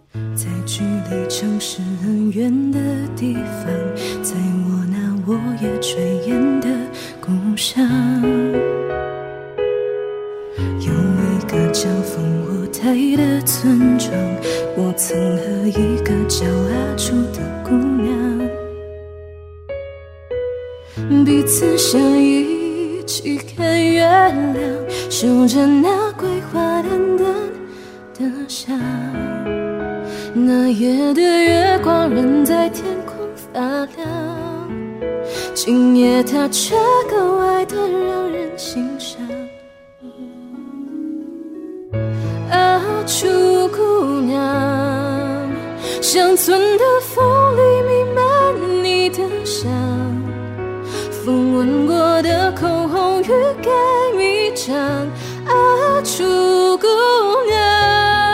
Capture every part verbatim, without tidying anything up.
在距离城市很远的地方，在我那我也炊烟的故乡，有一个叫烽火台的村庄，我曾和一个叫阿朱的姑娘彼此相依，一起看月亮，守着那桂花淡淡的香。那夜的月光仍在天空发亮，今夜它却格外的让人欣赏。啊，朱姑娘，乡村的风里弥漫你的香，风吻过的口红欲盖弥彰。啊，朱姑娘，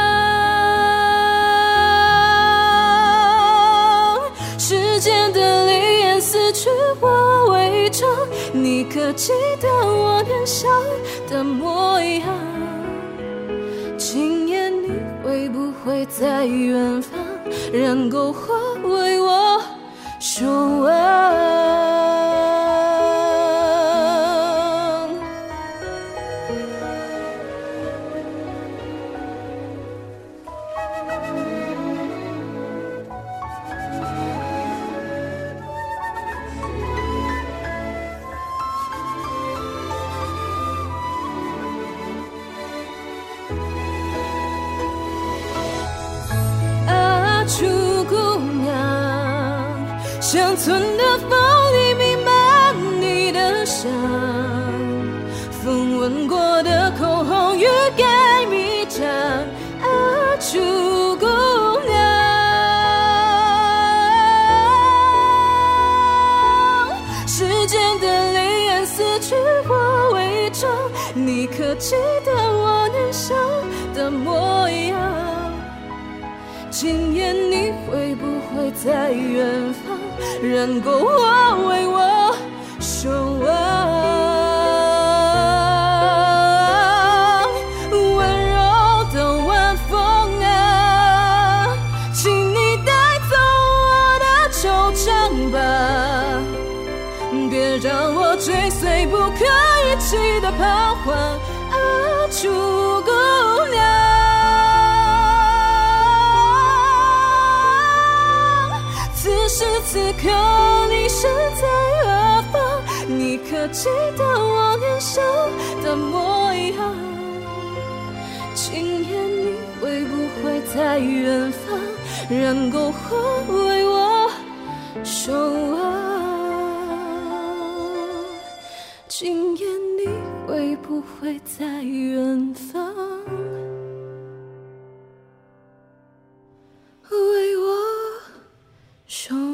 时间的泪眼撕去我伪装，你可记得我年少的模样？今夜你会不会在远方，让篝火为我守望？乡村的风里弥漫你的香，风吻过的口红欲盖弥彰。啊，朱姑娘，时间的泪眼撕去我伪装，你可记得我年少的模样？今夜你会不会在远方，让篝火为我守望？温柔的晚风啊，请你带走我的惆怅吧，别让我追随不可一起的彷徨。啊，朱姑娘，此时此刻你身在何方？你可记得我年少的模样？今夜你会不会在远方，让篝火为我守望？今夜你会不会在远方，为我守